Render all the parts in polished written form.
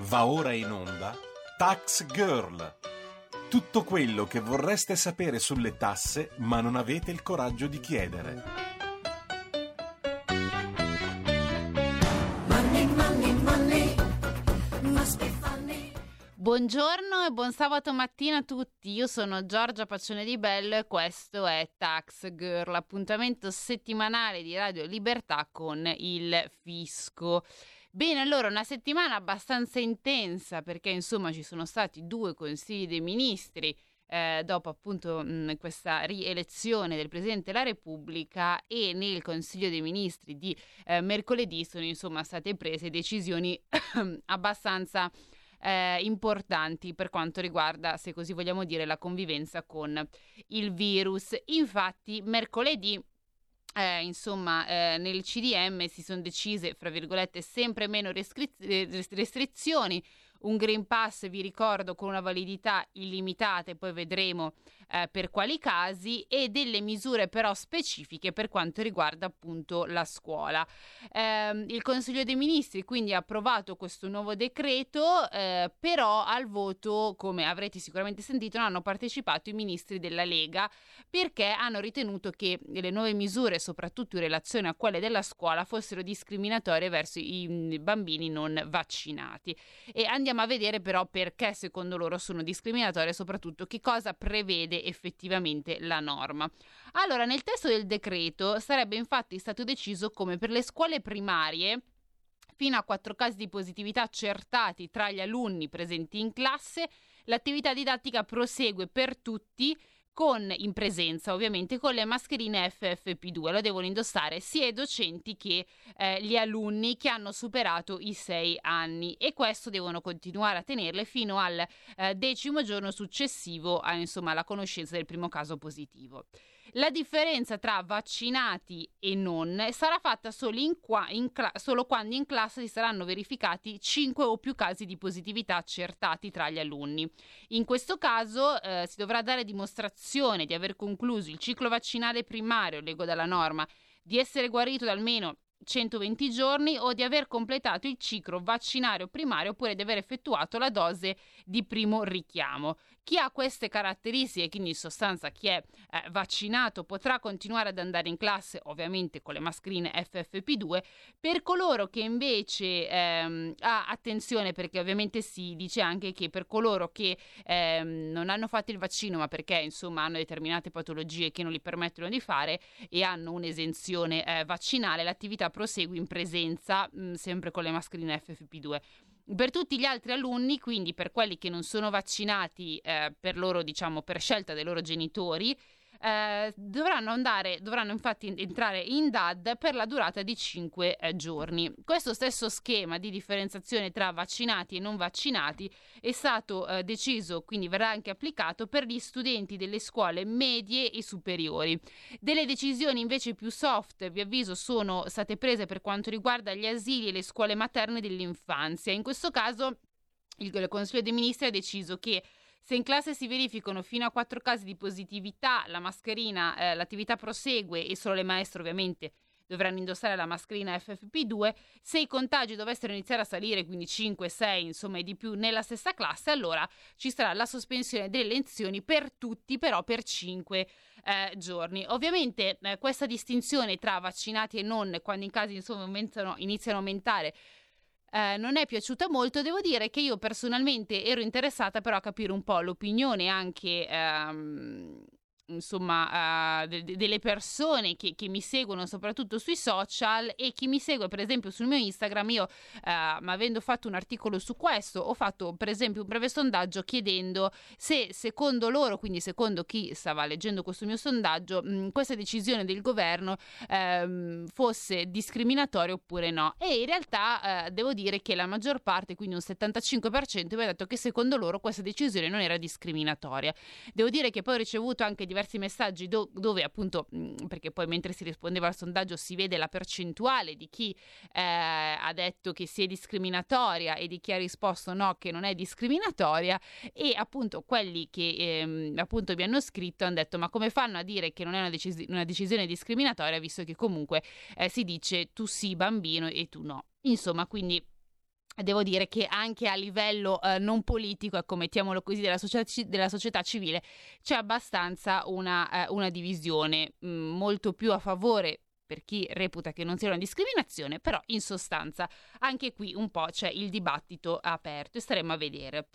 Va ora in onda Tax Girl. Tutto quello che vorreste sapere sulle tasse ma non avete il coraggio di chiedere. Money, money, money, must be funny. Buongiorno e buon sabato mattina a tutti, io sono Giorgia Paccione di Bello e questo è Tax Girl, l'appuntamento settimanale di Radio Libertà con il fisco. Bene, allora una settimana abbastanza intensa perché insomma ci sono stati 2 consigli dei ministri dopo appunto questa rielezione del Presidente della Repubblica, e nel Consiglio dei Ministri di mercoledì sono insomma state prese decisioni abbastanza importanti per quanto riguarda, se così vogliamo dire, la convivenza con il virus. Infatti mercoledì nel CDM si sono decise, fra virgolette, sempre meno restrizioni. Un Green Pass, vi ricordo, con una validità illimitata, e poi vedremo per quali casi, e delle misure però specifiche per quanto riguarda appunto la scuola. Il Consiglio dei Ministri quindi ha approvato questo nuovo decreto, però al voto, come avrete sicuramente sentito, non hanno partecipato i ministri della Lega, perché hanno ritenuto che le nuove misure, soprattutto in relazione a quelle della scuola, fossero discriminatorie verso i bambini non vaccinati. E andiamo a vedere però perché secondo loro sono discriminatorie e soprattutto che cosa prevede effettivamente la norma. Allora, nel testo del decreto sarebbe infatti stato deciso come per le scuole primarie fino a 4 casi di positività accertati tra gli alunni presenti in classe, l'attività didattica prosegue per tutti in presenza, ovviamente, con le mascherine FFP2. Lo devono indossare sia i docenti che gli alunni che hanno superato i 6 anni, e questo devono continuare a tenerle fino al 10° giorno successivo alla conoscenza del primo caso positivo. La differenza tra vaccinati e non sarà fatta solo quando in classe si saranno verificati 5 o più casi di positività accertati tra gli alunni. In questo caso si dovrà dare dimostrazione di aver concluso il ciclo vaccinale primario, leggo dalla norma, di essere guarito da almeno 120 giorni o di aver completato il ciclo vaccinario primario, oppure di aver effettuato la dose di primo richiamo. Chi ha queste caratteristiche, quindi in sostanza chi è vaccinato, potrà continuare ad andare in classe, ovviamente con le mascherine FFP2. Per coloro che invece attenzione, perché ovviamente si dice anche che per coloro che non hanno fatto il vaccino, ma perché hanno determinate patologie che non li permettono di fare e hanno un'esenzione vaccinale, l'attività prosegue in presenza, sempre con le mascherine FFP2. Per tutti gli altri alunni, quindi per quelli che non sono vaccinati per loro, per scelta dei loro genitori, dovranno infatti entrare in DAD per la durata di 5 giorni. Questo stesso schema di differenziazione tra vaccinati e non vaccinati è stato deciso, quindi verrà anche applicato per gli studenti delle scuole medie e superiori. Delle decisioni invece più soft, vi avviso, sono state prese per quanto riguarda gli asili e le scuole materne dell'infanzia. In questo caso il Consiglio dei Ministri ha deciso che se in classe si verificano fino a 4 casi di positività, la mascherina, l'attività prosegue, e solo le maestre ovviamente dovranno indossare la mascherina FFP2. Se i contagi dovessero iniziare a salire, quindi 5, 6, e di più nella stessa classe, allora ci sarà la sospensione delle lezioni per tutti, però per 5 giorni. Ovviamente questa distinzione tra vaccinati e non, quando i casi iniziano a aumentare, non è piaciuta molto. Devo dire che io personalmente ero interessata però a capire un po' l'opinione anche delle persone che mi seguono soprattutto sui social, e chi mi segue per esempio sul mio Instagram. Io avendo fatto un articolo su questo, ho fatto per esempio un breve sondaggio chiedendo se secondo loro, quindi secondo chi stava leggendo questo mio sondaggio, questa decisione del governo fosse discriminatoria oppure no, e in realtà devo dire che la maggior parte, quindi un 75%, mi ha detto che secondo loro questa decisione non era discriminatoria. Devo dire che poi ho ricevuto anche diversi messaggi dove appunto, perché poi mentre si rispondeva al sondaggio si vede la percentuale di chi ha detto che sia discriminatoria e di chi ha risposto no, che non è discriminatoria, e appunto quelli che appunto mi hanno scritto hanno detto: ma come fanno a dire che non è una decisione discriminatoria, visto che comunque si dice tu sì bambino e tu no. Insomma, quindi devo dire che anche a livello non politico, ecco, mettiamolo così, della società civile, c'è abbastanza una divisione molto più a favore per chi reputa che non sia una discriminazione, però in sostanza anche qui un po' c'è il dibattito aperto e staremo a vedere.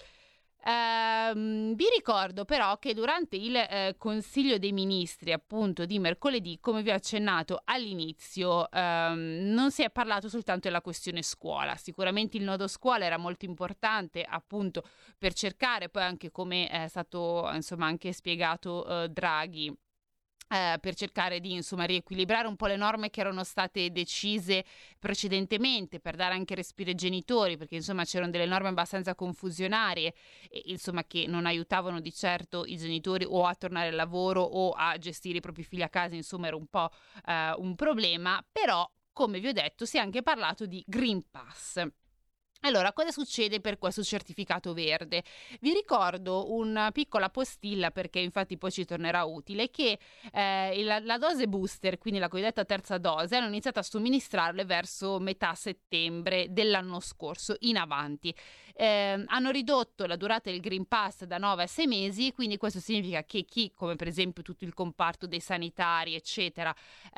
Vi ricordo però che durante il Consiglio dei Ministri appunto di mercoledì, come vi ho accennato all'inizio, non si è parlato soltanto della questione scuola. Sicuramente il nodo scuola era molto importante appunto per cercare, poi anche come è stato insomma anche spiegato Draghi, per cercare di riequilibrare un po' le norme che erano state decise precedentemente, per dare anche respiro ai genitori, perché insomma c'erano delle norme abbastanza confusionarie e insomma che non aiutavano di certo i genitori o a tornare al lavoro o a gestire i propri figli a casa, insomma era un po' un problema. Però, come vi ho detto, si è anche parlato di Green Pass. Allora, cosa succede per questo certificato verde? Vi ricordo una piccola postilla, perché infatti poi ci tornerà utile, che la dose booster, quindi la cosiddetta terza dose, hanno iniziato a somministrarle verso metà settembre dell'anno scorso in avanti. Hanno ridotto la durata del Green Pass da 9 a 6 mesi, quindi questo significa che chi, come per esempio tutto il comparto dei sanitari, eccetera,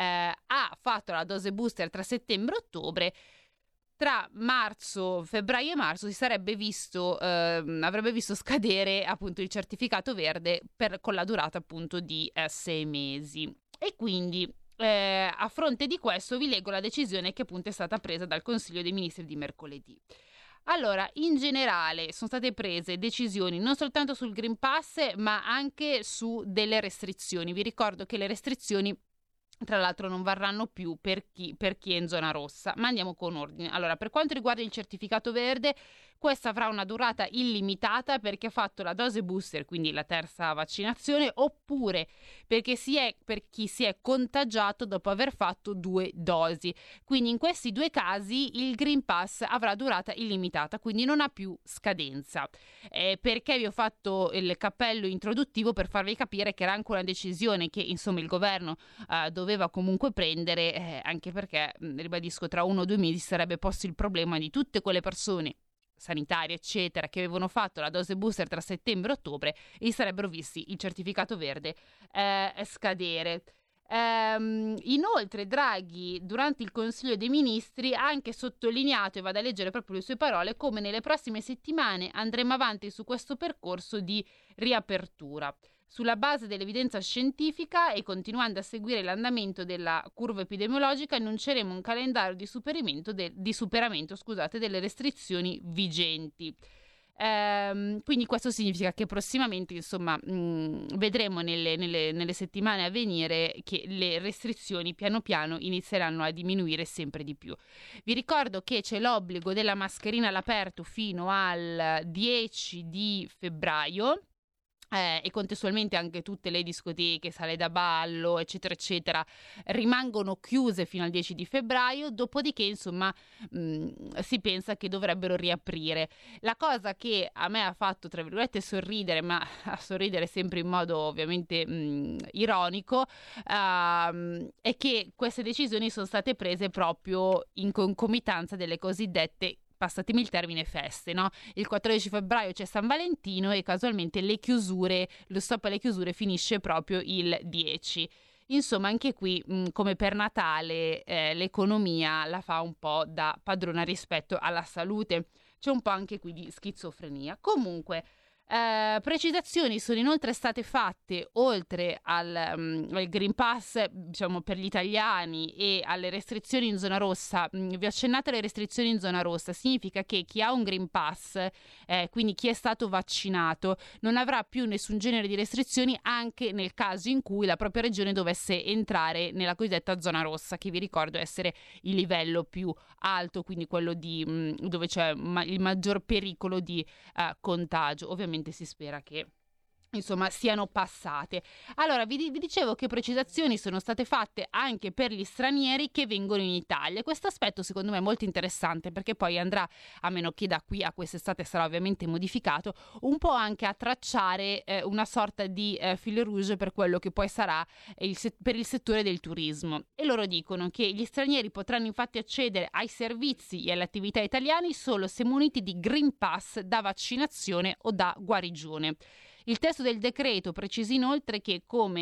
ha fatto la dose booster tra settembre e ottobre, tra febbraio e marzo si sarebbe avrebbe visto scadere appunto il certificato verde con la durata appunto di 6 mesi. E quindi a fronte di questo vi leggo la decisione che appunto è stata presa dal Consiglio dei Ministri di mercoledì. Allora, in generale sono state prese decisioni non soltanto sul Green Pass, ma anche su delle restrizioni. Vi ricordo che le restrizioni tra l'altro non varranno più per chi è in zona rossa, ma andiamo con ordine. Allora, per quanto riguarda il certificato verde, questa avrà una durata illimitata per chi ha fatto la dose booster, quindi la terza vaccinazione, oppure per chi si è contagiato dopo aver fatto 2 dosi. Quindi in questi 2 casi il Green Pass avrà durata illimitata, quindi non ha più scadenza. Perché vi ho fatto il cappello introduttivo? Per farvi capire che era anche una decisione che insomma il governo doveva comunque prendere, anche perché, ribadisco, tra 1 o 2 mesi sarebbe posto il problema di tutte quelle persone sanitarie eccetera che avevano fatto la dose booster tra settembre e ottobre e sarebbero visti il certificato verde scadere. Inoltre Draghi durante il Consiglio dei Ministri ha anche sottolineato, e vado a leggere proprio le sue parole, come nelle prossime settimane andremo avanti su questo percorso di riapertura sulla base dell'evidenza scientifica e continuando a seguire l'andamento della curva epidemiologica. Annunceremo un calendario di superamento delle restrizioni vigenti. Quindi questo significa che prossimamente insomma vedremo nelle settimane a venire che le restrizioni piano piano inizieranno a diminuire sempre di più. Vi ricordo che c'è l'obbligo della mascherina all'aperto fino al 10 di febbraio. E contestualmente anche tutte le discoteche, sale da ballo, eccetera, eccetera, rimangono chiuse fino al 10 di febbraio, dopodiché, insomma, si pensa che dovrebbero riaprire. La cosa che a me ha fatto, tra virgolette, sorridere, ma a sorridere sempre in modo ovviamente ironico, è che queste decisioni sono state prese proprio in concomitanza delle cosiddette, passatemi il termine, feste, no? Il 14 febbraio c'è San Valentino e casualmente lo stop alle chiusure finisce proprio il 10. Insomma, anche qui, come per Natale, l'economia la fa un po' da padrona rispetto alla salute. C'è un po' anche qui di schizofrenia. Comunque, precisazioni sono inoltre state fatte oltre al Green Pass, diciamo, per gli italiani e alle restrizioni in zona rossa. Vi ho accennato alle restrizioni in zona rossa. Significa che chi ha un Green Pass, quindi chi è stato vaccinato, non avrà più nessun genere di restrizioni anche nel caso in cui la propria regione dovesse entrare nella cosiddetta zona rossa, che vi ricordo essere il livello più alto, quindi quello dove c'è il maggior pericolo di contagio. Ovviamente si spera che insomma siano passate. Allora vi dicevo che precisazioni sono state fatte anche per gli stranieri che vengono in Italia. Questo aspetto secondo me è molto interessante, perché poi andrà, a meno che da qui a quest'estate sarà ovviamente modificato, un po' anche a tracciare una sorta di fil rouge per quello che poi sarà per il settore del turismo. E loro dicono che gli stranieri potranno infatti accedere ai servizi e alle attività italiane solo se muniti di Green Pass da vaccinazione o da guarigione. Il testo del decreto precisa inoltre che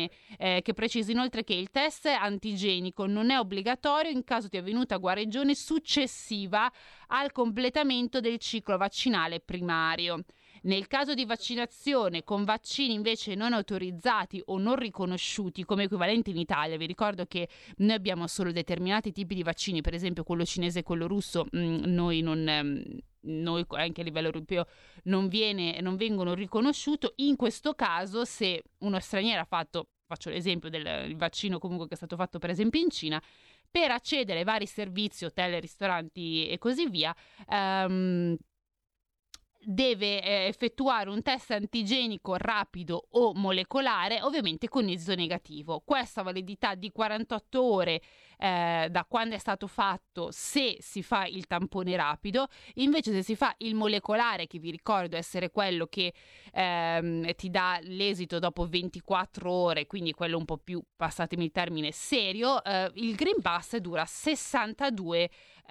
il test antigenico non è obbligatorio in caso di avvenuta guarigione successiva al completamento del ciclo vaccinale primario. Nel caso di vaccinazione con vaccini invece non autorizzati o non riconosciuti come equivalenti in Italia, vi ricordo che noi abbiamo solo determinati tipi di vaccini, per esempio quello cinese e quello russo, noi anche a livello europeo non vengono riconosciuti. In questo caso, se uno straniero ha fatto, faccio l'esempio del vaccino comunque che è stato fatto per esempio in Cina, per accedere ai vari servizi, hotel, ristoranti e così via, deve effettuare un test antigenico rapido o molecolare, ovviamente con esito negativo. Questa validità di 48 ore da quando è stato fatto, se si fa il tampone rapido. Invece se si fa il molecolare, che vi ricordo essere quello che ti dà l'esito dopo 24 ore, quindi quello un po' più, passatemi il termine, serio, il Green Pass dura 62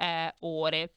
ore.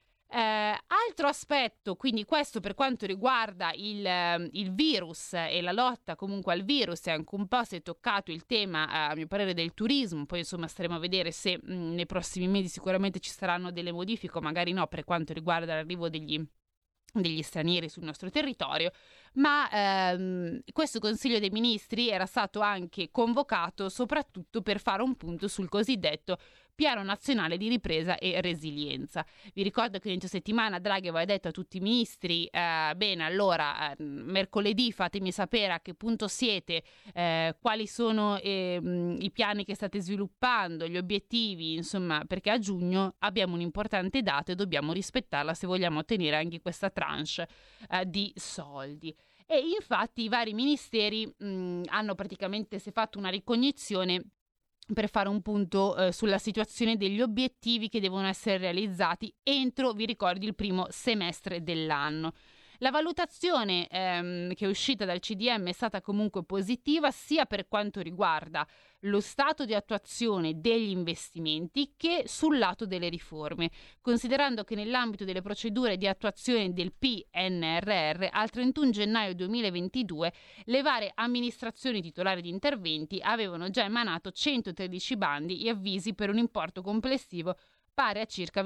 Altro aspetto, quindi questo per quanto riguarda il virus e la lotta comunque al virus, e anche un po' si è toccato il tema, a mio parere, del turismo. Poi insomma staremo a vedere se nei prossimi mesi sicuramente ci saranno delle modifiche, o magari no, per quanto riguarda l'arrivo degli stranieri sul nostro territorio. Ma questo Consiglio dei Ministri era stato anche convocato soprattutto per fare un punto sul cosiddetto Piano Nazionale di Ripresa e Resilienza. Vi ricordo che inizio settimana Draghi aveva detto a tutti i ministri bene, allora mercoledì fatemi sapere a che punto siete, quali sono i piani che state sviluppando, gli obiettivi, insomma, perché a giugno abbiamo un'importante data e dobbiamo rispettarla se vogliamo ottenere anche questa tranche di soldi. E infatti i vari ministeri hanno praticamente si è fatto una ricognizione per fare un punto sulla situazione degli obiettivi che devono essere realizzati entro, vi ricordi, il primo semestre dell'anno. La valutazione che è uscita dal CDM è stata comunque positiva, sia per quanto riguarda lo stato di attuazione degli investimenti che sul lato delle riforme, considerando che nell'ambito delle procedure di attuazione del PNRR al 31 gennaio 2022 le varie amministrazioni titolari di interventi avevano già emanato 113 bandi e avvisi per un importo complessivo pari a circa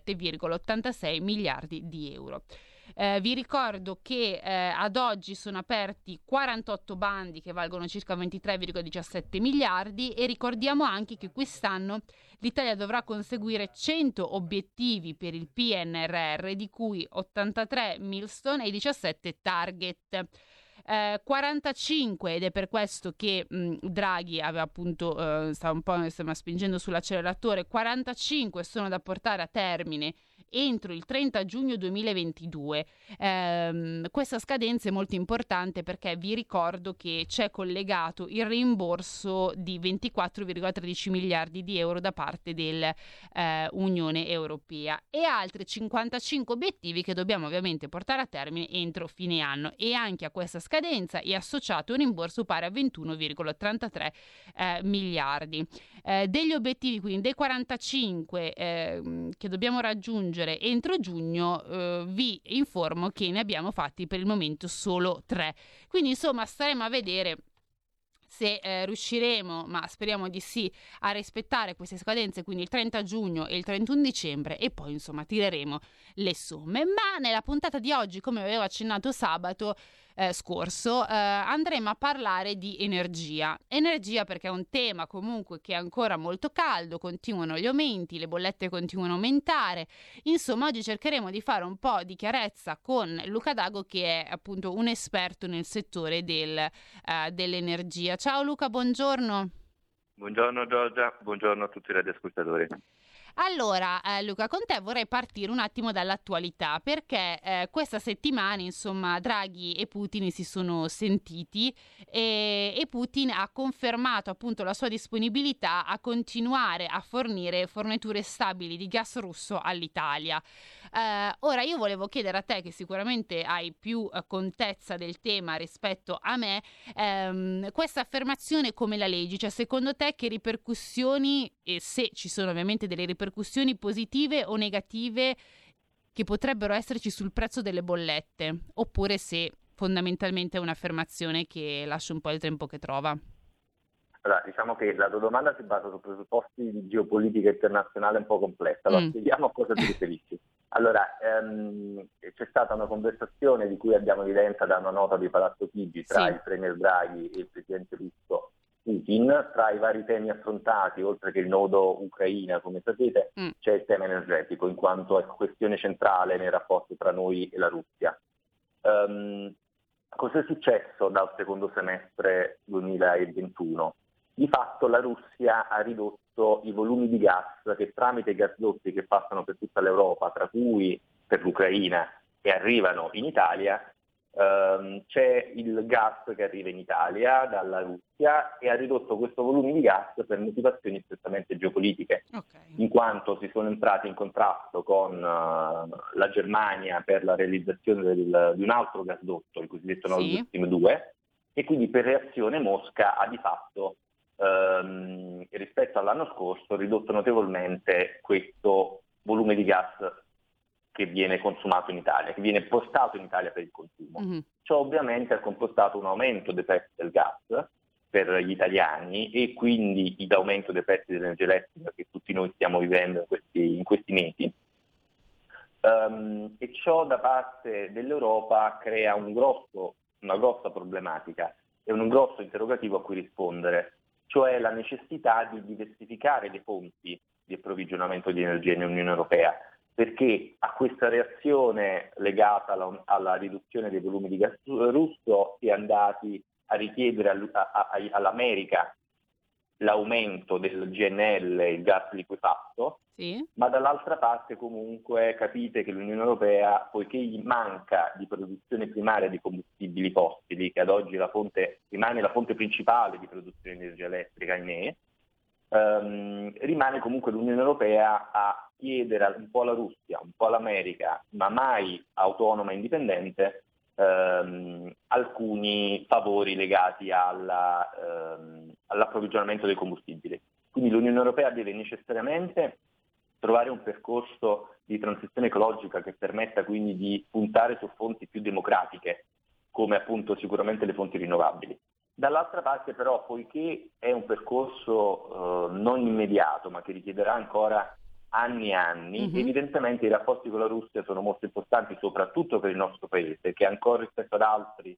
27,86 miliardi di euro. Vi ricordo che ad oggi sono aperti 48 bandi che valgono circa 23,17 miliardi, e ricordiamo anche che quest'anno l'Italia dovrà conseguire 100 obiettivi per il PNRR, di cui 83 milestone e 17 target. 45, ed è per questo che Draghi aveva appunto stava un po' spingendo sull'acceleratore, 45 sono da portare a termine entro il 30 giugno 2022. Questa scadenza è molto importante perché vi ricordo che c'è collegato il rimborso di 24,13 miliardi di euro da parte dell'Unione Europea e altri 55 obiettivi che dobbiamo ovviamente portare a termine entro fine anno, e anche a questa scadenza è associato un rimborso pari a 21,33 miliardi. Degli obiettivi, quindi dei 45 che dobbiamo raggiungere entro giugno, vi informo che ne abbiamo fatti per il momento solo 3. Quindi insomma staremo a vedere se riusciremo, ma speriamo di sì, a rispettare queste scadenze, quindi il 30 giugno e il 31 dicembre, e poi insomma tireremo le somme. Ma nella puntata di oggi, come avevo accennato sabato scorso, andremo a parlare di energia perché è un tema comunque che è ancora molto caldo, continuano gli aumenti, le bollette continuano a aumentare. Insomma, oggi cercheremo di fare un po' di chiarezza con Luca Dago, che è appunto un esperto nel settore dell'energia. Ciao Luca, buongiorno. Buongiorno Giorgia, buongiorno a tutti i radioascoltatori. Allora, Luca, con te vorrei partire un attimo dall'attualità, perché questa settimana, insomma, Draghi e Putin si sono sentiti e Putin ha confermato appunto la sua disponibilità a continuare a fornire forniture stabili di gas russo all'Italia. Ora io volevo chiedere a te, che sicuramente hai più contezza del tema rispetto a me, questa affermazione come la leggi? Cioè, secondo te che ripercussioni, e se ci sono ovviamente delle ripercussioni positive o negative che potrebbero esserci sul prezzo delle bollette, oppure se fondamentalmente è un'affermazione che lascia un po' il tempo che trova? Allora, diciamo che la tua domanda si basa su presupposti di geopolitica internazionale un po' complessa. Allora, spieghiamo a cosa ti riferisci. Allora, c'è stata una conversazione di cui abbiamo evidenza da una nota di Palazzo Chigi tra il premier Draghi e il presidente russo Putin. Tra i vari temi affrontati, oltre che il nodo Ucraina, come sapete, c'è il tema energetico, in quanto è questione centrale nel rapporto tra noi e la Russia. Cos'è successo dal secondo semestre 2021? Di fatto la Russia ha ridotto i volumi di gas che tramite i gasdotti che passano per tutta l'Europa, tra cui per l'Ucraina, e arrivano in Italia. C'è il gas che arriva in Italia dalla Russia e ha ridotto questo volume di gas per motivazioni strettamente geopolitiche, in quanto si sono entrati in contrasto con la Germania per la realizzazione di un altro gasdotto, il cosiddetto Nord Stream 2, e quindi per reazione Mosca ha di fatto rispetto all'anno scorso ridotto notevolmente questo volume di gas che viene consumato in Italia, che viene portato in Italia per il consumo. Ciò ovviamente ha comportato un aumento dei prezzi del gas per gli italiani e quindi l'aumento dei prezzi dell'energia elettrica che tutti noi stiamo vivendo in questi mesi. E ciò da parte dell'Europa crea una grossa problematica e un grosso interrogativo a cui rispondere, cioè la necessità di diversificare le fonti di approvvigionamento di energia nell'Unione Europea, perché a questa reazione legata alla riduzione dei volumi di gas russo si è andati a richiedere all'America l'aumento del GNL, il gas liquefatto, ma dall'altra parte comunque capite che l'Unione Europea, poiché gli manca di produzione primaria di combustibili fossili, che ad oggi rimane la fonte principale di produzione di energia elettrica, ahimè, rimane comunque l'Unione Europea a chiedere un po' alla Russia, un po' all'America, ma mai autonoma e indipendente, alcuni favori legati all'approvvigionamento dei combustibili. Quindi l'Unione Europea deve necessariamente trovare un percorso di transizione ecologica che permetta quindi di puntare su fonti più democratiche, come appunto sicuramente le fonti rinnovabili. Dall'altra parte però, poiché è un percorso non immediato, ma che richiederà ancora anni e anni, evidentemente i rapporti con la Russia sono molto importanti, soprattutto per il nostro paese, che ancora rispetto ad altri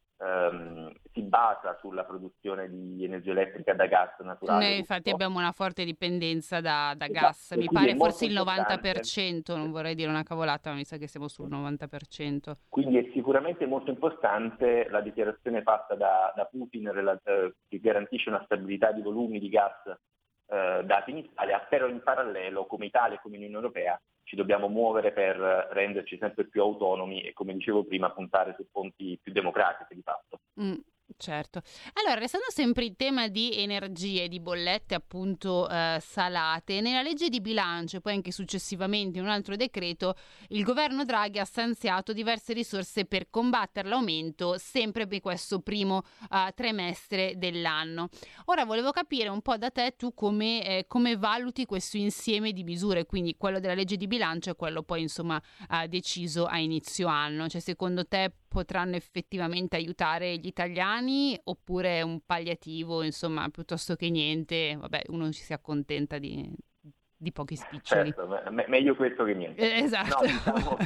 si basa sulla produzione di energia elettrica da gas naturale. Infatti abbiamo una forte dipendenza da gas, mi pare forse il 90%, non vorrei dire una cavolata, ma mi sa che siamo sul 90%. Quindi è sicuramente molto importante la dichiarazione fatta da Putin che garantisce una stabilità di volumi di gas dati in Italia, però in parallelo come Italia e come Unione Europea ci dobbiamo muovere per renderci sempre più autonomi e, come dicevo prima, puntare su fonti più democratiche di fatto. Certo. Allora, restando sempre in tema di energie, di bollette appunto salate, nella legge di bilancio e poi anche successivamente in un altro decreto, il governo Draghi ha stanziato diverse risorse per combattere l'aumento sempre per questo primo trimestre dell'anno. Ora volevo capire un po' da te tu come valuti questo insieme di misure, quindi quello della legge di bilancio e quello poi insomma deciso a inizio anno. Cioè, secondo te potranno effettivamente aiutare gli italiani oppure è un palliativo, insomma, piuttosto che niente, vabbè, uno ci si accontenta di pochi spiccioli. Certo, meglio questo che niente. Esatto. No, diciamo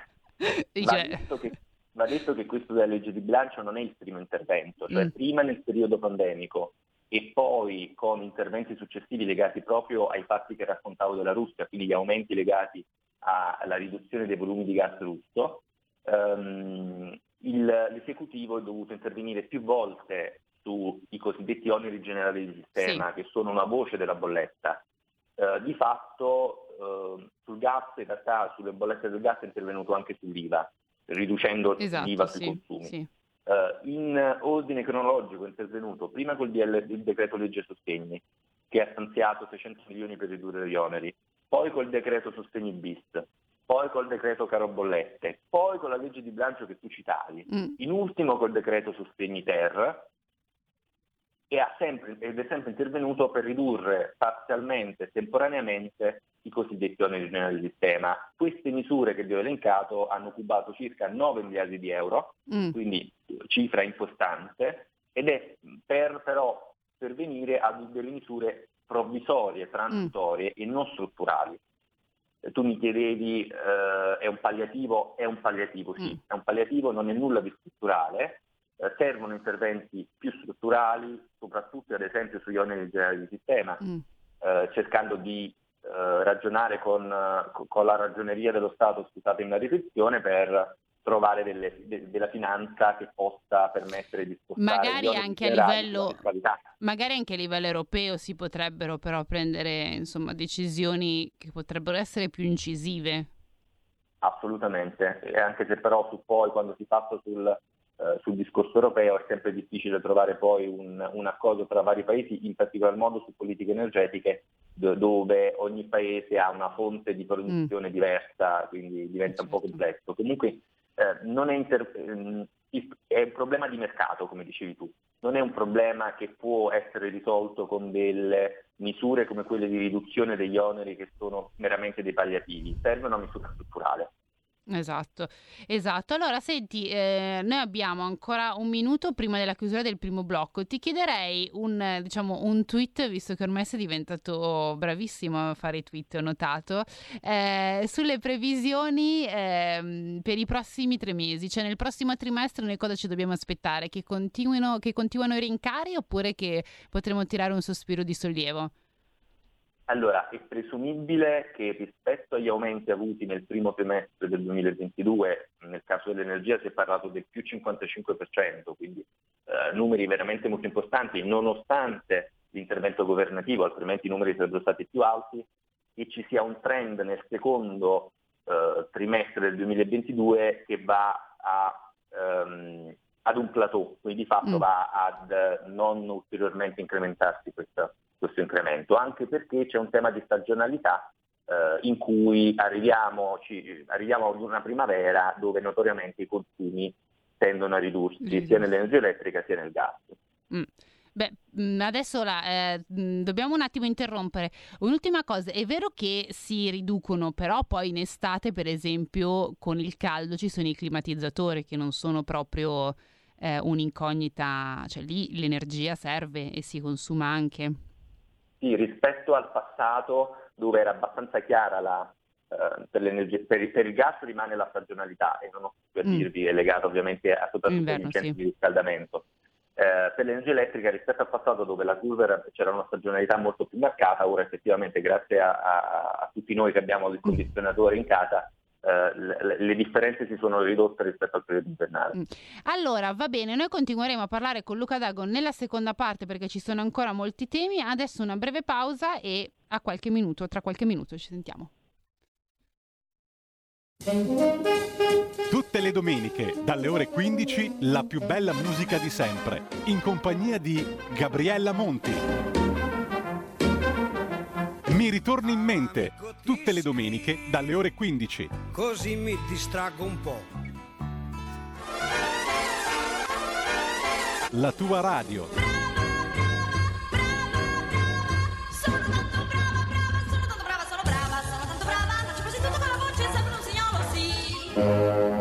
che va detto che questo della legge di bilancio non è il primo intervento, cioè prima nel periodo pandemico e poi con interventi successivi legati proprio ai fatti che raccontavo della Russia, quindi gli aumenti legati alla riduzione dei volumi di gas russo, l'esecutivo è dovuto intervenire più volte sui cosiddetti oneri generali di sistema, che sono una voce della bolletta, di fatto sul gas, in realtà sulle bollette del gas è intervenuto anche sull'IVA, riducendo l'IVA sui consumi. Sì. In ordine cronologico è intervenuto prima col il decreto legge sostegni, che ha stanziato 600 milioni per ridurre gli oneri, poi col decreto sostegni bis, poi col decreto caro bollette, poi con la legge di bilancio che tu citavi, in ultimo col decreto sostegni ter, ed è sempre intervenuto per ridurre parzialmente, temporaneamente, i cosiddetti oneri generali di sistema. Queste misure che vi ho elencato hanno cubato circa 9 miliardi di euro, quindi cifra importante, ed è però per venire a delle misure provvisorie, transitorie e non strutturali. Tu mi chiedevi, è un palliativo? È un palliativo, sì, è un palliativo, non è nulla di strutturale. Servono interventi più strutturali, soprattutto ad esempio sugli oneri generali di sistema, cercando di ragionare con la ragioneria dello Stato, scusate la riflessione, per trovare della finanza che possa permettere di spostare magari anche a livello europeo si potrebbero però prendere decisioni che potrebbero essere più incisive. Assolutamente, e anche se però poi quando si passa sul discorso europeo è sempre difficile trovare poi un accordo tra vari paesi, in particolar modo su politiche energetiche dove ogni paese ha una fonte di produzione diversa, quindi diventa un po' complesso. Comunque non è un problema di mercato, come dicevi tu, non è un problema che può essere risolto con delle misure come quelle di riduzione degli oneri che sono meramente dei palliativi, serve una misura strutturale. Esatto. Allora, senti, noi abbiamo ancora un minuto prima della chiusura del primo blocco. Ti chiederei un tweet, visto che ormai sei diventato bravissimo a fare i tweet, ho notato, sulle previsioni per i prossimi 3 mesi. Cioè, nel prossimo trimestre noi cosa ci dobbiamo aspettare? Che continuino i rincari, oppure che potremo tirare un sospiro di sollievo? Allora, è presumibile che rispetto agli aumenti avuti nel primo trimestre del 2022, nel caso dell'energia si è parlato del più 55%, quindi numeri veramente molto importanti, nonostante l'intervento governativo, altrimenti i numeri sarebbero stati più alti, e ci sia un trend nel secondo trimestre del 2022 che va ad un plateau, quindi di fatto va ad non ulteriormente incrementarsi questo incremento, anche perché c'è un tema di stagionalità in cui arriviamo ad una primavera dove notoriamente i consumi tendono a ridursi sia nell'energia elettrica sia nel gas. Adesso dobbiamo un attimo interrompere. Un'ultima cosa, è vero che si riducono, però poi in estate, per esempio, con il caldo ci sono i climatizzatori che non sono proprio un'incognita, cioè lì l'energia serve e si consuma anche. Sì, rispetto al passato dove era abbastanza chiara per il gas rimane la stagionalità e non ho per dirvi, è legato ovviamente soprattutto agli incendi di riscaldamento. Per l'energia elettrica rispetto al passato dove la curva c'era una stagionalità molto più marcata, ora effettivamente grazie a tutti noi che abbiamo il condizionatore in casa le differenze si sono ridotte rispetto al periodo invernale. Allora va bene, noi continueremo a parlare con Luca Dago nella seconda parte perché ci sono ancora molti temi. Adesso una breve pausa e tra qualche minuto ci sentiamo. Tutte le domeniche dalle ore 15 la più bella musica di sempre in compagnia di Gabriella Monti. Mi ritorni in mente tutte le domeniche dalle ore 15. Così mi distraggo un po'. La tua radio. Sono tanto brava, faccio quasi tutto con la voce, sembra un signolo, sì.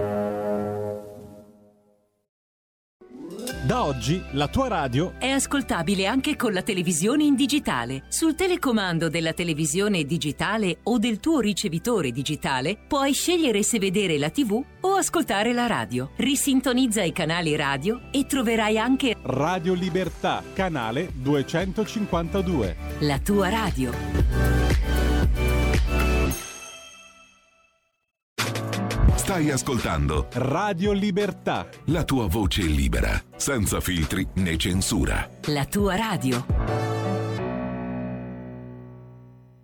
Da oggi la tua radio è ascoltabile anche con la televisione in digitale. Sul telecomando della televisione digitale o del tuo ricevitore digitale puoi scegliere se vedere la TV o ascoltare la radio. Risintonizza i canali radio e troverai anche Radio Libertà, canale 252. La tua radio. Stai ascoltando Radio Libertà, la tua voce libera, senza filtri né censura. La tua radio.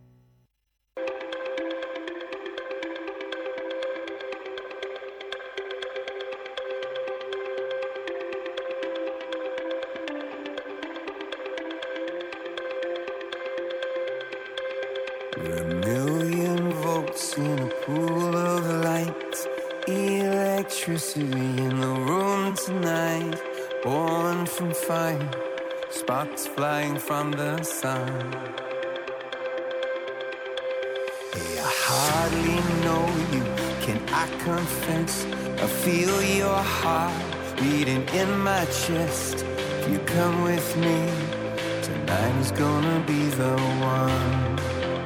full of light, electricity in the room tonight. Born from fire, sparks flying from the sun. Hey, I hardly know you, can I confess? I feel your heart beating in my chest. If you come with me, tonight is gonna be the one.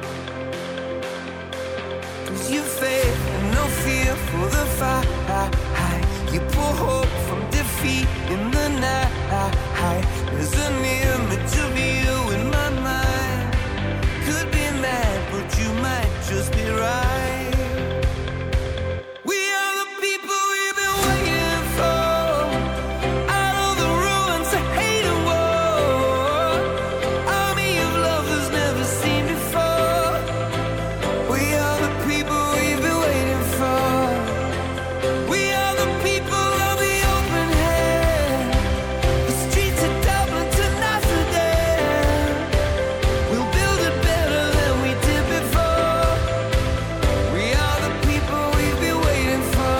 'Cause you faith and no fear for the fight. You pull hope from defeat in the night. There's an image of you in my mind. Could be mad, but you might just be right. We are the people we've been waiting for. Out of the ruins of hate and war. Army of love that's never seen before. We are the people we've been waiting for. We are the people of the open hand. The streets of Dublin to Amsterdam. We'll build it better than we did before. We are the people we've been waiting for.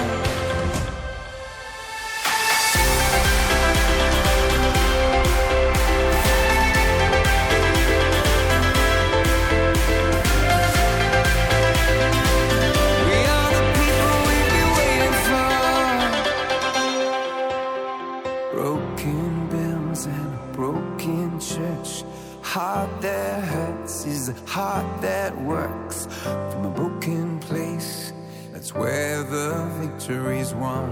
We are the people we've been waiting for. Broken bells and a broken church. Heart that hurts is a heart that works. From a broken place, that's where the victory's won.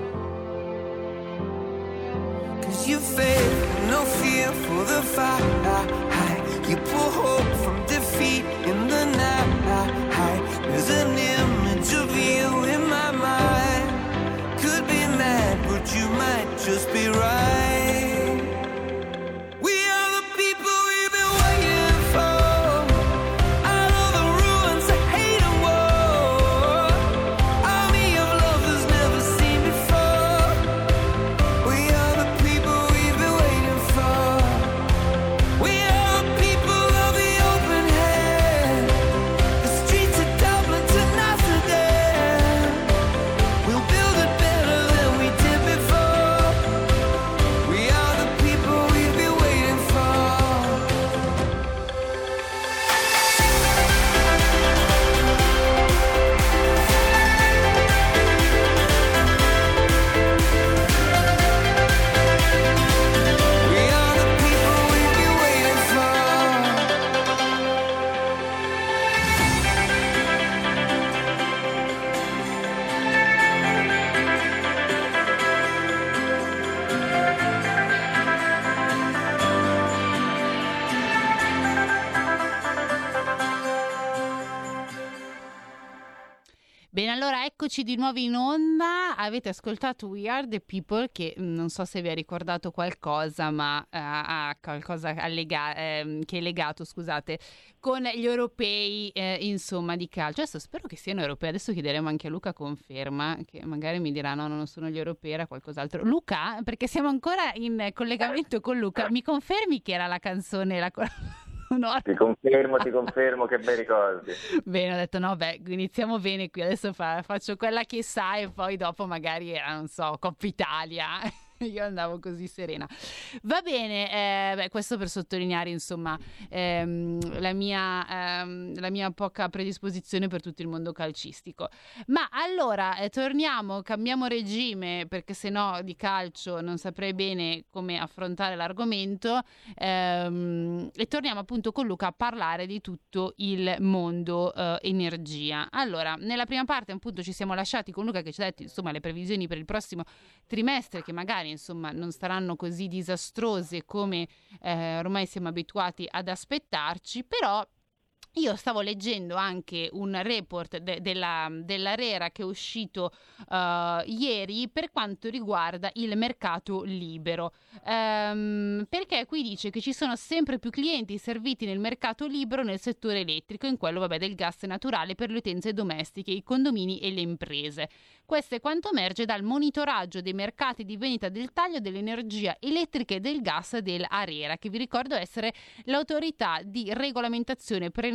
'Cause you faith, no fear for the fight. You pull hope from defeat in the night. There's an image of you in my mind. Could be mad, but you might just be right. We are the people we've been waiting for. Out of the ruins of hate and war. Army of love that's never seen before. We are the people we've been waiting for. We are the people of the open hand. The streets of Dublin to Amsterdam. We'll build it better than we did before. We are the people we've been waiting for. We are the people we've been waiting for. Bene, allora eccoci di nuovo in onda. Avete ascoltato We Are the People, che non so se vi ha ricordato qualcosa, ma ha qualcosa che è legato, scusate, con gli europei, insomma, di calcio. Adesso spero che siano europei. Adesso chiederemo anche a Luca conferma, che magari mi dirà no, non sono gli europei, era qualcos'altro. Luca, perché siamo ancora in collegamento con Luca, mi confermi che era la canzone no. Ti confermo, che bei ricordi. Bene, ho detto no, iniziamo bene qui, adesso faccio quella che sa e poi dopo magari era, non so, Coppa Italia. Io andavo così serena. Va bene, questo per sottolineare insomma la mia poca predisposizione per tutto il mondo calcistico. Ma allora torniamo, cambiamo regime, perché sennò di calcio non saprei bene come affrontare l'argomento, e torniamo appunto con Luca a parlare di tutto il mondo energia. Allora, nella prima parte appunto ci siamo lasciati con Luca che ci ha detto insomma le previsioni per il prossimo trimestre, che magari insomma non saranno così disastrose come ormai siamo abituati ad aspettarci, però io stavo leggendo anche un report dell'ARERA che è uscito ieri per quanto riguarda il mercato libero, perché qui dice che ci sono sempre più clienti serviti nel mercato libero nel settore elettrico, in quello del gas naturale per le utenze domestiche, i condomini e le imprese. Questo è quanto emerge dal monitoraggio dei mercati di vendita del taglio dell'energia elettrica e del gas dell'ARERA, che vi ricordo essere l'autorità di regolamentazione per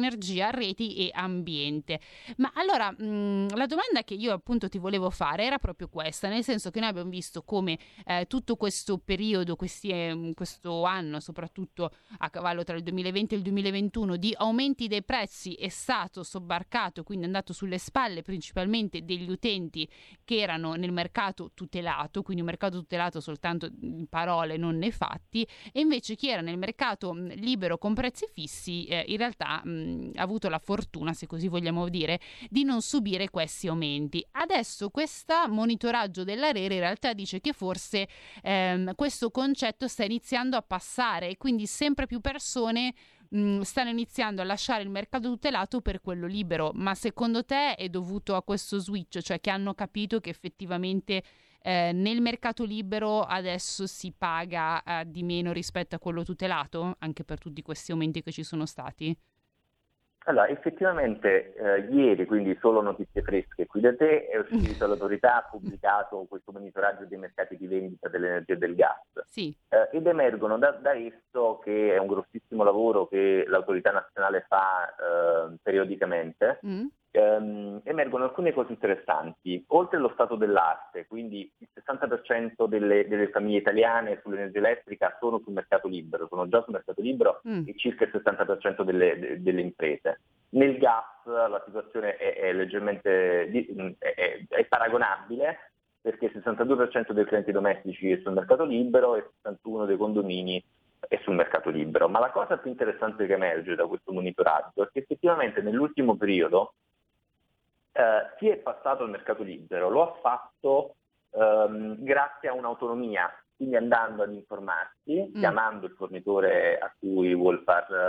energia, reti e ambiente. Ma allora la domanda che io appunto ti volevo fare era proprio questa, nel senso che noi abbiamo visto come tutto questo periodo, questo anno, soprattutto a cavallo tra il 2020 e il 2021, di aumenti dei prezzi è stato sobbarcato, quindi è andato sulle spalle principalmente degli utenti che erano nel mercato tutelato, quindi un mercato tutelato soltanto in parole, non nei fatti, e invece chi era nel mercato libero con prezzi fissi in realtà ha avuto la fortuna, se così vogliamo dire, di non subire questi aumenti. Adesso questo monitoraggio dell'ARERA in realtà dice che forse questo concetto sta iniziando a passare e quindi sempre più persone stanno iniziando a lasciare il mercato tutelato per quello libero. Ma secondo te è dovuto a questo switch, cioè che hanno capito che effettivamente nel mercato libero adesso si paga di meno rispetto a quello tutelato, anche per tutti questi aumenti che ci sono stati? Allora, effettivamente ieri, quindi solo notizie fresche qui da te, è uscito l'autorità, ha pubblicato questo monitoraggio dei mercati di vendita dell'energia e del gas. Sì. Ed emergono da esso, che è un grossissimo lavoro che l'autorità nazionale fa periodicamente, emergono alcune cose interessanti. Oltre allo stato dell'arte, quindi il 60% delle famiglie italiane sull'energia elettrica sono sul mercato libero, sono già sul mercato libero e circa il 60% delle imprese. Nel gas la situazione è leggermente è paragonabile, perché il 62% dei clienti domestici è sul mercato libero e il 61% dei condomini è sul mercato libero. Ma la cosa più interessante che emerge da questo monitoraggio è che effettivamente nell'ultimo periodo chi è passato al mercato libero lo ha fatto grazie a un'autonomia, quindi andando ad informarsi, chiamando il fornitore a cui vuol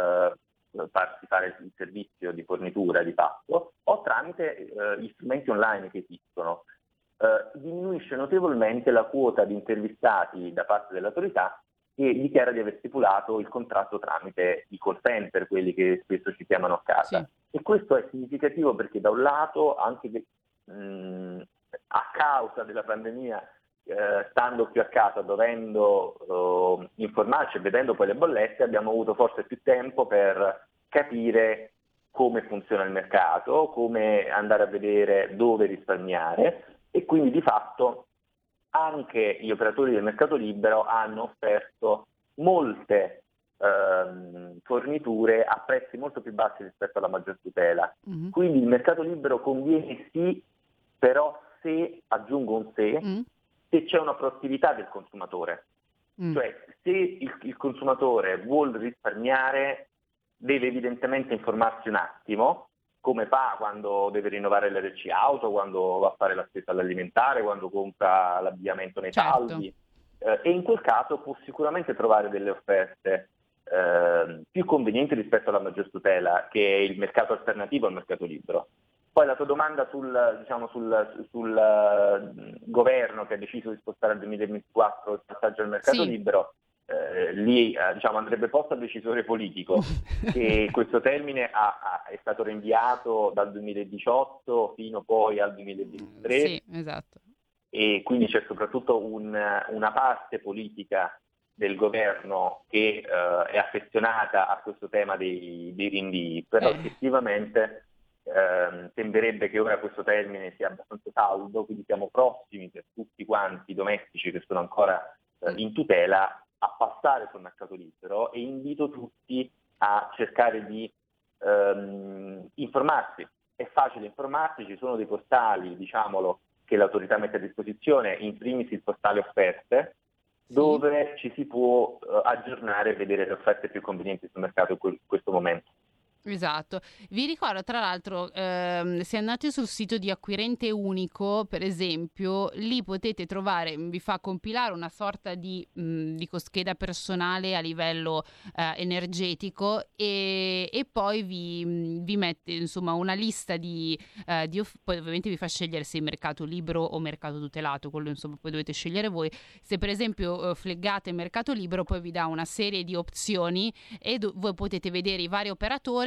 farsi fare il servizio di fornitura di fatto, o tramite gli strumenti online che esistono. Diminuisce notevolmente la quota di intervistati da parte dell'autorità che dichiara di aver stipulato il contratto tramite i call center, quelli che spesso ci chiamano a casa. Sì. E questo è significativo perché da un lato, anche a causa della pandemia, stando più a casa, dovendo informarci e vedendo poi le bollette, abbiamo avuto forse più tempo per capire come funziona il mercato, come andare a vedere dove risparmiare, e quindi di fatto anche gli operatori del mercato libero hanno offerto molte forniture a prezzi molto più bassi rispetto alla maggior tutela. Quindi il mercato libero conviene sì, però se, aggiungo un se c'è una proattività del consumatore. Cioè se il consumatore vuol risparmiare deve evidentemente informarsi un attimo, come fa quando deve rinnovare l'RC auto, quando va a fare la spesa all'alimentare, quando compra l'abbigliamento nei saldi, e in quel caso può sicuramente trovare delle offerte più convenienti rispetto alla maggior tutela, che è il mercato alternativo al mercato libero. Poi la tua domanda sul governo che ha deciso di spostare al 2024 il passaggio al mercato libero, lì andrebbe posto al decisore politico, che questo termine è stato rinviato dal 2018 fino poi al 2023. Sì, esatto. E quindi c'è soprattutto una parte politica del governo che è affezionata a questo tema dei rinvii, però effettivamente sembrerebbe che ora questo termine sia abbastanza saldo, quindi siamo prossimi per tutti quanti i domestici che sono ancora in tutela a passare sul mercato libero, e invito tutti a cercare di informarsi. È facile informarsi, ci sono dei portali, diciamolo, che l'autorità mette a disposizione, in primis il portale offerte, dove ci si può aggiornare e vedere le offerte più convenienti sul mercato in questo momento. Esatto. Vi ricordo tra l'altro, se andate sul sito di Acquirente Unico, per esempio, lì potete trovare, vi fa compilare una sorta di scheda personale a livello energetico, e poi vi mette insomma una lista poi ovviamente vi fa scegliere se è mercato libero o mercato tutelato, quello insomma poi dovete scegliere voi. Se per esempio fleggate mercato libero, poi vi dà una serie di opzioni e voi potete vedere i vari operatori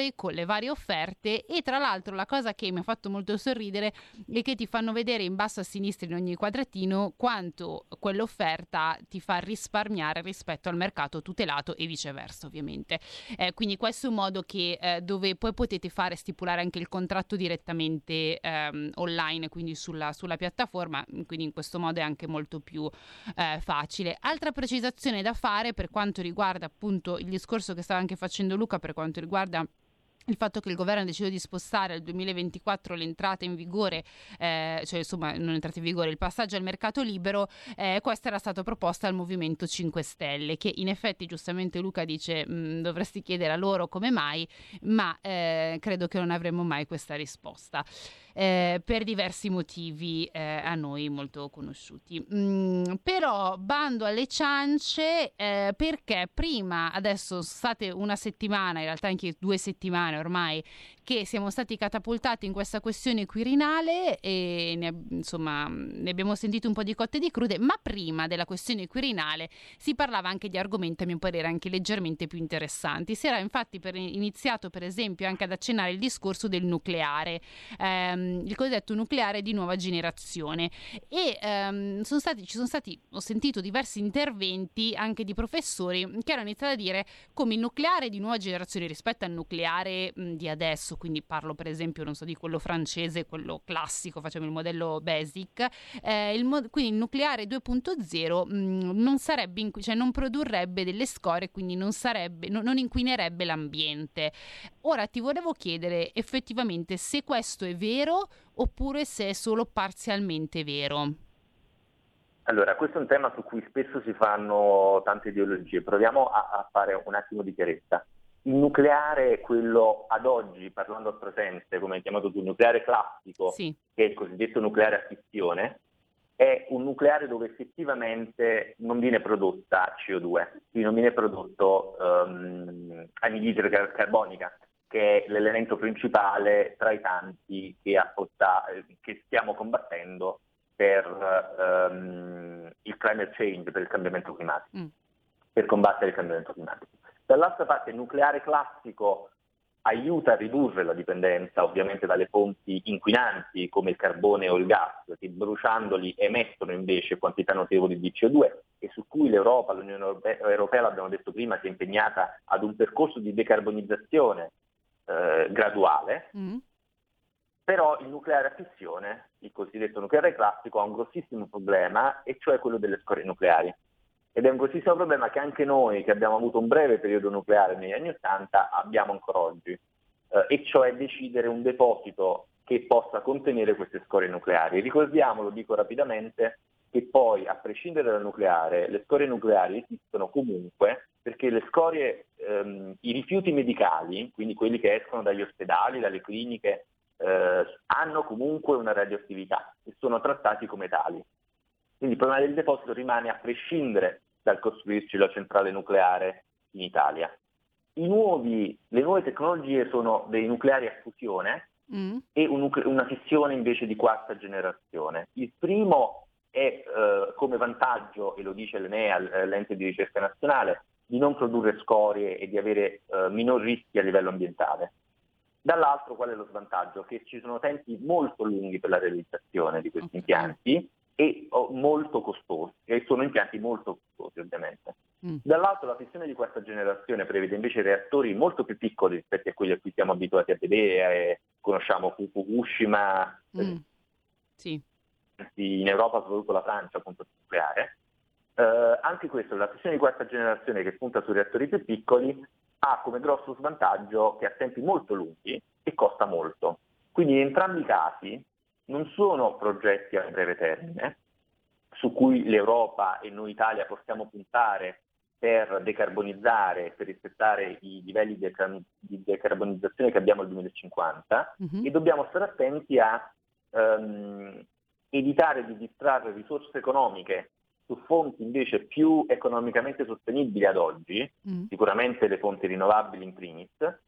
investitori con le varie offerte, e tra l'altro la cosa che mi ha fatto molto sorridere è che ti fanno vedere in basso a sinistra in ogni quadratino quanto quell'offerta ti fa risparmiare rispetto al mercato tutelato e viceversa, ovviamente. Quindi questo è un modo che dove poi potete stipulare anche il contratto direttamente online, quindi sulla piattaforma, quindi in questo modo è anche molto più facile. Altra precisazione da fare per quanto riguarda appunto il discorso che stava anche facendo Luca, per quanto riguarda il fatto che il governo ha deciso di spostare al 2024 l'entrata in vigore, cioè insomma non entrata in vigore, il passaggio al mercato libero, questa era stata proposta al Movimento 5 Stelle, che in effetti giustamente Luca dice dovresti chiedere a loro come mai, ma credo che non avremo mai questa risposta. Per diversi motivi a noi molto conosciuti. Però bando alle ciance, perché prima, adesso state una settimana, in realtà anche 2 settimane ormai, che siamo stati catapultati in questa questione quirinale e ne abbiamo sentito un po' di cotte e di crude, ma prima della questione quirinale si parlava anche di argomenti a mio parere anche leggermente più interessanti. Si era infatti iniziato per esempio anche ad accennare il discorso del nucleare, il cosiddetto nucleare di nuova generazione, e ho sentito diversi interventi anche di professori che hanno iniziato a dire come il nucleare di nuova generazione rispetto al nucleare di adesso, quindi parlo per esempio non so di quello francese, quello classico, facciamo il modello basic, quindi il nucleare 2.0 non sarebbe cioè non produrrebbe delle scorie, quindi non inquinerebbe l'ambiente. Ora ti volevo chiedere effettivamente se questo è vero oppure se è solo parzialmente vero. Allora, questo è un tema su cui spesso si fanno tante ideologie. Proviamo a fare un attimo di chiarezza. Il nucleare, quello ad oggi, parlando al presente, come hai chiamato tu, il nucleare classico, sì, che è il cosiddetto nucleare a fissione, è un nucleare dove effettivamente non viene prodotta CO2, quindi non viene prodotto anidride carbonica, che è l'elemento principale tra i tanti che stiamo combattendo per il climate change, per il cambiamento climatico, per combattere il cambiamento climatico. Dall'altra parte il nucleare classico aiuta a ridurre la dipendenza ovviamente dalle fonti inquinanti come il carbone o il gas, che bruciandoli emettono invece quantità notevoli di CO2 e su cui l'Europa, l'Unione Europea, l'abbiamo detto prima, si è impegnata ad un percorso di decarbonizzazione graduale. Però il nucleare a fissione, il cosiddetto nucleare classico, ha un grossissimo problema, e cioè quello delle scorie nucleari. Ed è un grossissimo problema che anche noi, che abbiamo avuto un breve periodo nucleare negli anni '80, abbiamo ancora oggi, e cioè decidere un deposito che possa contenere queste scorie nucleari. Ricordiamo, lo dico rapidamente, che poi, a prescindere dal nucleare, le scorie nucleari esistono comunque perché le scorie, i rifiuti medicali, quindi quelli che escono dagli ospedali, dalle cliniche, hanno comunque una radioattività e sono trattati come tali. Quindi il problema del deposito rimane a prescindere dal costruirci la centrale nucleare in Italia. Le nuove tecnologie sono dei nucleari a fusione e una fissione invece di 4ª generazione. Il primo è come vantaggio, e lo dice l'ENEA, l'ente di ricerca nazionale, di non produrre scorie e di avere minor rischi a livello ambientale. Dall'altro qual è lo svantaggio? Che ci sono tempi molto lunghi per la realizzazione di questi impianti e molto costosi, e sono impianti molto costosi ovviamente. Dall'altro la fissione di 4ª generazione prevede invece reattori molto più piccoli rispetto a quelli a cui siamo abituati a vedere, conosciamo Fukushima, sì. In Europa soprattutto la Francia appunto nucleare. Anche questo, la fissione di 4ª generazione che punta su reattori più piccoli, ha come grosso svantaggio che ha tempi molto lunghi e costa molto. Quindi in entrambi i casi non sono progetti a breve termine su cui l'Europa e noi Italia possiamo puntare per decarbonizzare, per rispettare i livelli di decarbonizzazione che abbiamo al 2050, e dobbiamo stare attenti a evitare di distrarre risorse economiche su fonti invece più economicamente sostenibili ad oggi, sicuramente le fonti rinnovabili in primis,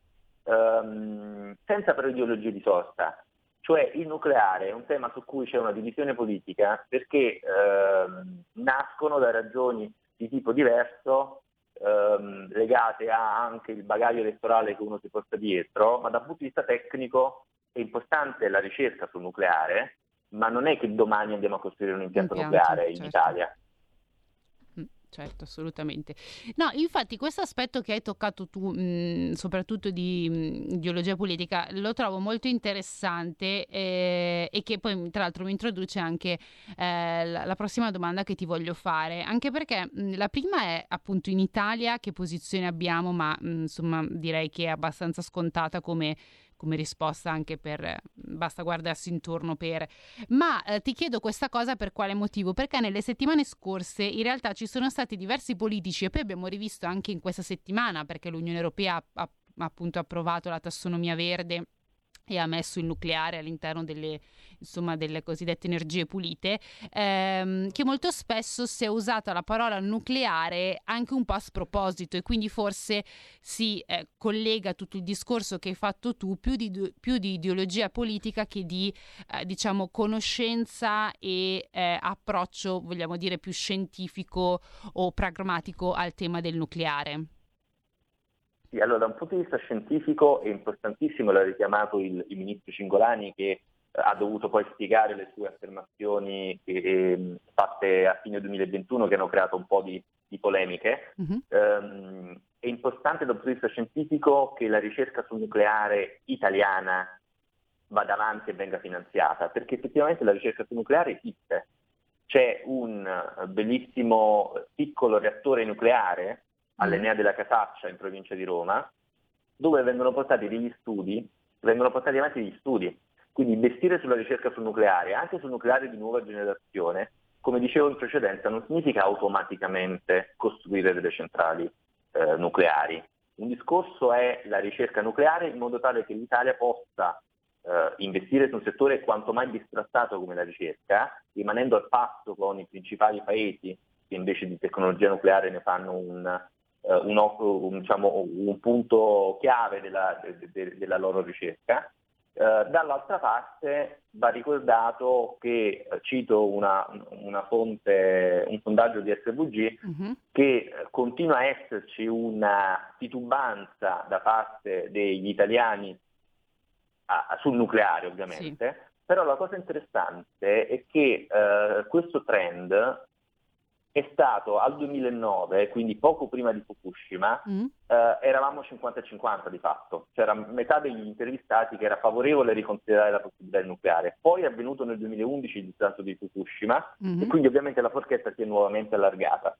senza però ideologie di sorta. Cioè il nucleare è un tema su cui c'è una divisione politica perché nascono da ragioni di tipo diverso legate a anche il bagaglio elettorale che uno si porta dietro, ma dal punto di vista tecnico è importante la ricerca sul nucleare, ma non è che domani andiamo a costruire un impianto nucleare in Italia. Certo, assolutamente. No, infatti questo aspetto che hai toccato tu, soprattutto di ideologia politica, lo trovo molto interessante e che poi tra l'altro mi introduce anche la prossima domanda che ti voglio fare, anche perché la prima è appunto in Italia che posizione abbiamo, ma insomma direi che è abbastanza scontata come risposta, anche per basta guardarsi intorno ma ti chiedo questa cosa per quale motivo? Perché nelle settimane scorse in realtà ci sono stati diversi politici, e poi abbiamo rivisto anche in questa settimana, perché l'Unione Europea ha appunto approvato la tassonomia verde e ha messo il nucleare all'interno delle cosiddette energie pulite, che molto spesso si è usata la parola nucleare anche un po' a sproposito, e quindi forse si collega tutto il discorso che hai fatto tu più di ideologia politica che di diciamo conoscenza e approccio, vogliamo dire, più scientifico o pragmatico al tema del nucleare. Sì, allora da un punto di vista scientifico è importantissimo, l'ha richiamato il ministro Cingolani, che ha dovuto poi spiegare le sue affermazioni fatte a fine 2021, che hanno creato un po' di polemiche. È importante dal punto di vista scientifico che la ricerca sul nucleare italiana vada avanti e venga finanziata, perché effettivamente la ricerca sul nucleare esiste. C'è un bellissimo piccolo reattore nucleare all'Enea della Casaccia in provincia di Roma, dove vengono portati avanti degli studi. Quindi investire sulla ricerca sul nucleare, anche sul nucleare di nuova generazione, come dicevo in precedenza, non significa automaticamente costruire delle centrali nucleari. Un discorso è la ricerca nucleare in modo tale che l'Italia possa investire su un settore quanto mai bistrattato come la ricerca, rimanendo al passo con i principali paesi che invece di tecnologia nucleare ne fanno un punto chiave della loro ricerca. Dall'altra parte va ricordato che, cito una fonte, un sondaggio di SVG, che continua a esserci una titubanza da parte degli italiani sul nucleare, ovviamente, sì. Però la cosa interessante è che questo trend è stato al 2009, quindi poco prima di Fukushima, eravamo 50-50 di fatto. C'era metà degli intervistati che era favorevole a riconsiderare la possibilità del nucleare. Poi è avvenuto nel 2011 il disastro di Fukushima e quindi ovviamente la forchetta si è nuovamente allargata.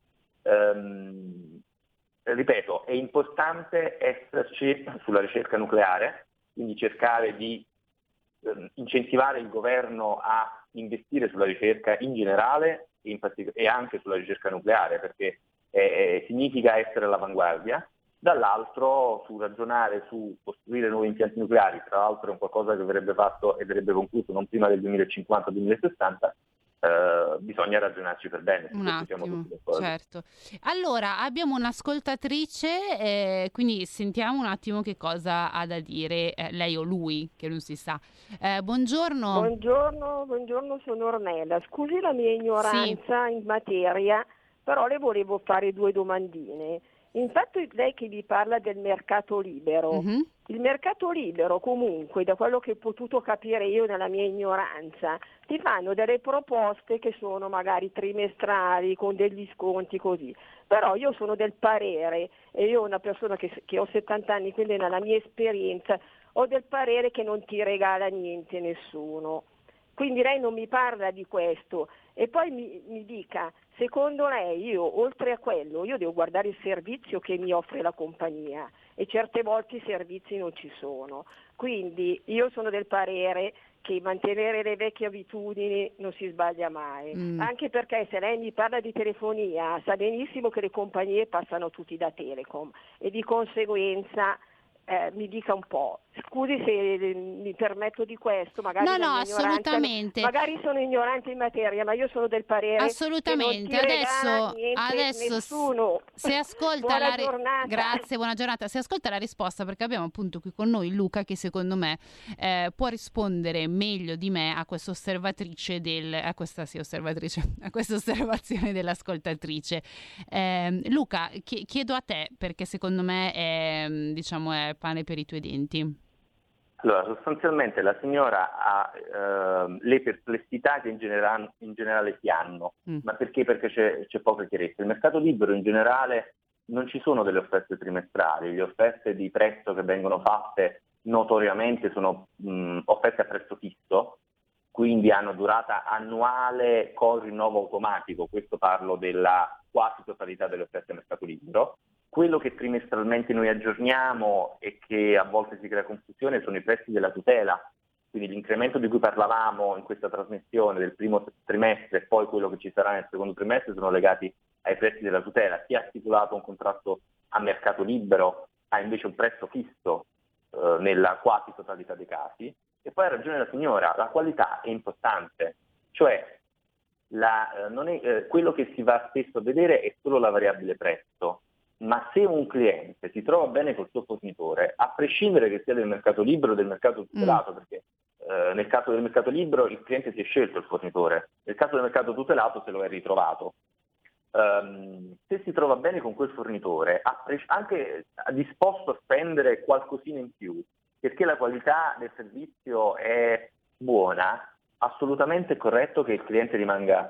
Ripeto, è importante esserci sulla ricerca nucleare, quindi cercare di incentivare il governo a investire sulla ricerca in generale e anche sulla ricerca nucleare, perché significa essere all'avanguardia. Dall'altro, su ragionare su costruire nuovi impianti nucleari, tra l'altro è un qualcosa che verrebbe fatto e verrebbe concluso non prima del 2050-2060, bisogna ragionarci per bene. Un attimo, certo. Allora, abbiamo un'ascoltatrice, quindi sentiamo un attimo che cosa ha da dire lei o lui, che non si sa. Buongiorno. Buongiorno, sono Ornella. Scusi la mia ignoranza in materia, però le volevo fare due domandine. Infatti lei che vi parla del mercato libero, il mercato libero comunque, da quello che ho potuto capire io nella mia ignoranza, ti fanno delle proposte che sono magari trimestrali, con degli sconti così, però io sono del parere, e io una persona che ho 70 anni, quindi nella mia esperienza, ho del parere che non ti regala niente nessuno. Quindi lei non mi parla di questo e poi mi dica, secondo lei io oltre a quello io devo guardare il servizio che mi offre la compagnia e certe volte i servizi non ci sono. Quindi io sono del parere che mantenere le vecchie abitudini non si sbaglia mai, anche perché se lei mi parla di telefonia sa benissimo che le compagnie passano tutti da Telecom e di conseguenza mi dica un po', Scusi se mi permetto di questo, magari no, assolutamente. Magari sono ignorante in materia, ma io sono del parere assolutamente. che non ti Adesso nessuno. se ascolta buona giornata. Grazie, buona giornata. Se ascolta la risposta, perché abbiamo appunto qui con noi Luca che secondo me può rispondere meglio di me a questa osservatrice a questa osservazione dell'ascoltatrice. Luca, chiedo a te, perché secondo me è pane per i tuoi denti. Allora, sostanzialmente la signora ha le perplessità che in generale si hanno, ma perché? Perché c'è poca chiarezza. Il mercato libero in generale non ci sono delle offerte trimestrali, le offerte di prezzo che vengono fatte notoriamente sono offerte a prezzo fisso, quindi hanno durata annuale con rinnovo automatico, questo parlo della quasi totalità delle offerte a mercato libero. Quello che trimestralmente noi aggiorniamo e che a volte si crea confusione sono i prezzi della tutela, quindi l'incremento di cui parlavamo in questa trasmissione del primo trimestre e poi quello che ci sarà nel secondo trimestre sono legati ai prezzi della tutela. Chi ha stipulato un contratto a mercato libero ha invece un prezzo fisso nella quasi totalità dei casi. E poi ha ragione la signora, la qualità è importante, cioè quello che si va spesso a vedere è solo la variabile prezzo. Ma se un cliente si trova bene col suo fornitore, a prescindere che sia del mercato libero o del mercato tutelato, perché nel caso del mercato libero il cliente si è scelto il fornitore, nel caso del mercato tutelato se lo è ritrovato. Se si trova bene con quel fornitore, anche disposto a spendere qualcosina in più, perché la qualità del servizio è buona, assolutamente è corretto che il cliente rimanga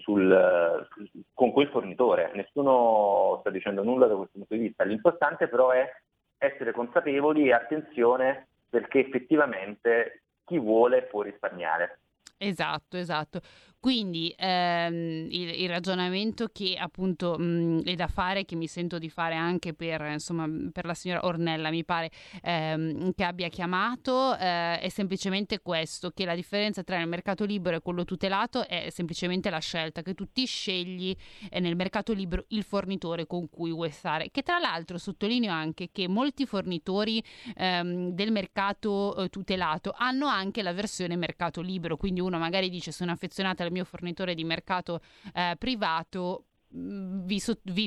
con quel fornitore. Nessuno sta dicendo nulla da questo punto di vista. L'importante però è essere consapevoli e attenzione, perché effettivamente chi vuole può risparmiare. Esatto. Quindi il ragionamento che appunto è da fare, che mi sento di fare anche per la signora Ornella, mi pare che abbia chiamato, è semplicemente questo, che la differenza tra il mercato libero e quello tutelato è semplicemente la scelta, che tu ti scegli nel mercato libero il fornitore con cui vuoi stare, che tra l'altro sottolineo anche che molti fornitori del mercato tutelato hanno anche la versione mercato libero, quindi uno magari dice sono affezionata al mio fornitore di mercato privato, vi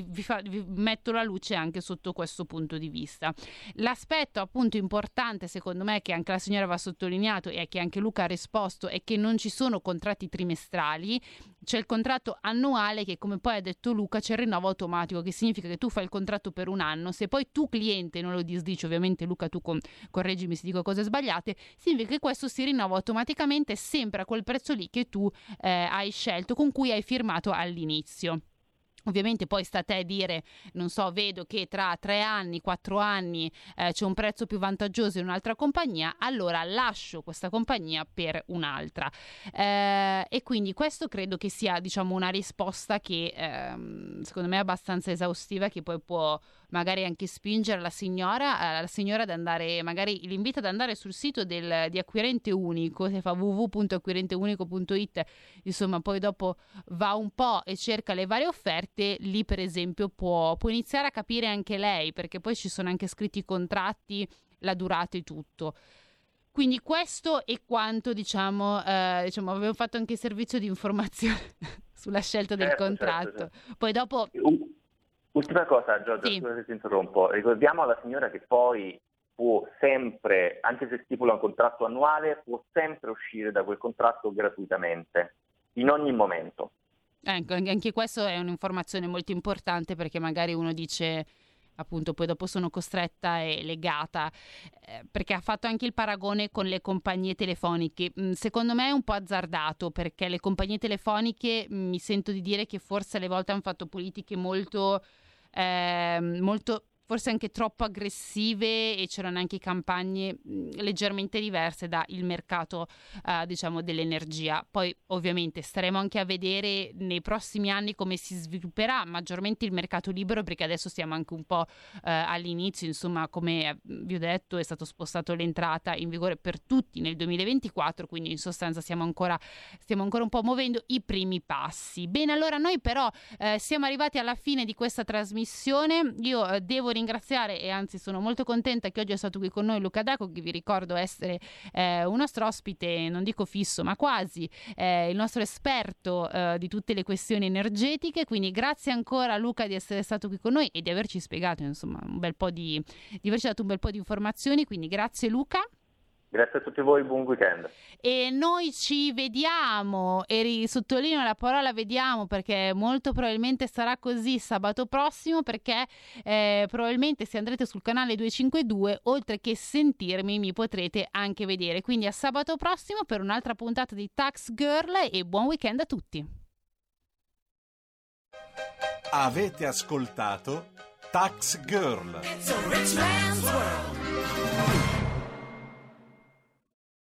metto la luce anche sotto questo punto di vista. L'aspetto appunto importante secondo me, che anche la signora aveva sottolineato e che anche Luca ha risposto, è che non ci sono contratti trimestrali, c'è il contratto annuale che, come poi ha detto Luca, c'è il rinnovo automatico, che significa che tu fai il contratto per un anno, se poi tu cliente non lo disdici, ovviamente Luca tu correggimi se dico cose sbagliate, significa che questo si rinnova automaticamente sempre a quel prezzo lì che tu hai scelto, con cui hai firmato all'inizio. Ovviamente poi sta a te dire, non so, vedo che tra 3 anni, 4 anni c'è un prezzo più vantaggioso in un'altra compagnia, allora lascio questa compagnia per un'altra. E quindi questo credo che sia, una risposta che secondo me è abbastanza esaustiva, che poi può magari anche spingere la signora ad andare, magari l'invita ad andare sul sito di Acquirente Unico, se fa www.acquirenteunico.it, poi dopo va un po' e cerca le varie offerte. Lì per esempio può iniziare a capire anche lei, perché poi ci sono anche scritti i contratti, la durata e tutto. Quindi questo è quanto avevo fatto anche servizio di informazione sulla scelta del contratto. Certo. Poi dopo ultima cosa, Giorgia, sì. Scusa se ti interrompo, ricordiamo alla signora che poi può sempre, anche se stipula un contratto annuale, può sempre uscire da quel contratto gratuitamente, in ogni momento. Anche questo è un'informazione molto importante, perché magari uno dice appunto poi dopo sono costretta e legata, perché ha fatto anche il paragone con le compagnie telefoniche. Secondo me è un po' azzardato, perché le compagnie telefoniche mi sento di dire che forse alle volte hanno fatto politiche molto forse anche troppo aggressive, e c'erano anche campagne leggermente diverse da il mercato dell'energia. Poi ovviamente staremo anche a vedere nei prossimi anni come si svilupperà maggiormente il mercato libero, perché adesso siamo anche un po' all'inizio, come vi ho detto è stato spostato l'entrata in vigore per tutti nel 2024, quindi in sostanza stiamo ancora un po' muovendo i primi passi. Bene, allora noi però siamo arrivati alla fine di questa trasmissione. Io devo ringraziare, e anzi sono molto contenta che oggi è stato qui con noi Luca Daco, che vi ricordo essere un nostro ospite, non dico fisso ma quasi, il nostro esperto di tutte le questioni energetiche. Quindi grazie ancora Luca di essere stato qui con noi e di averci spiegato insomma un bel po' di averci dato un bel po' di informazioni, quindi grazie Luca. Grazie a tutti voi, buon weekend. E noi ci vediamo, e sottolineo la parola vediamo perché molto probabilmente sarà così sabato prossimo, perché probabilmente se andrete sul canale 252 oltre che sentirmi mi potrete anche vedere. Quindi a sabato prossimo per un'altra puntata di Tax Girl e buon weekend a tutti. Avete ascoltato Tax Girl. It's a rich man's world.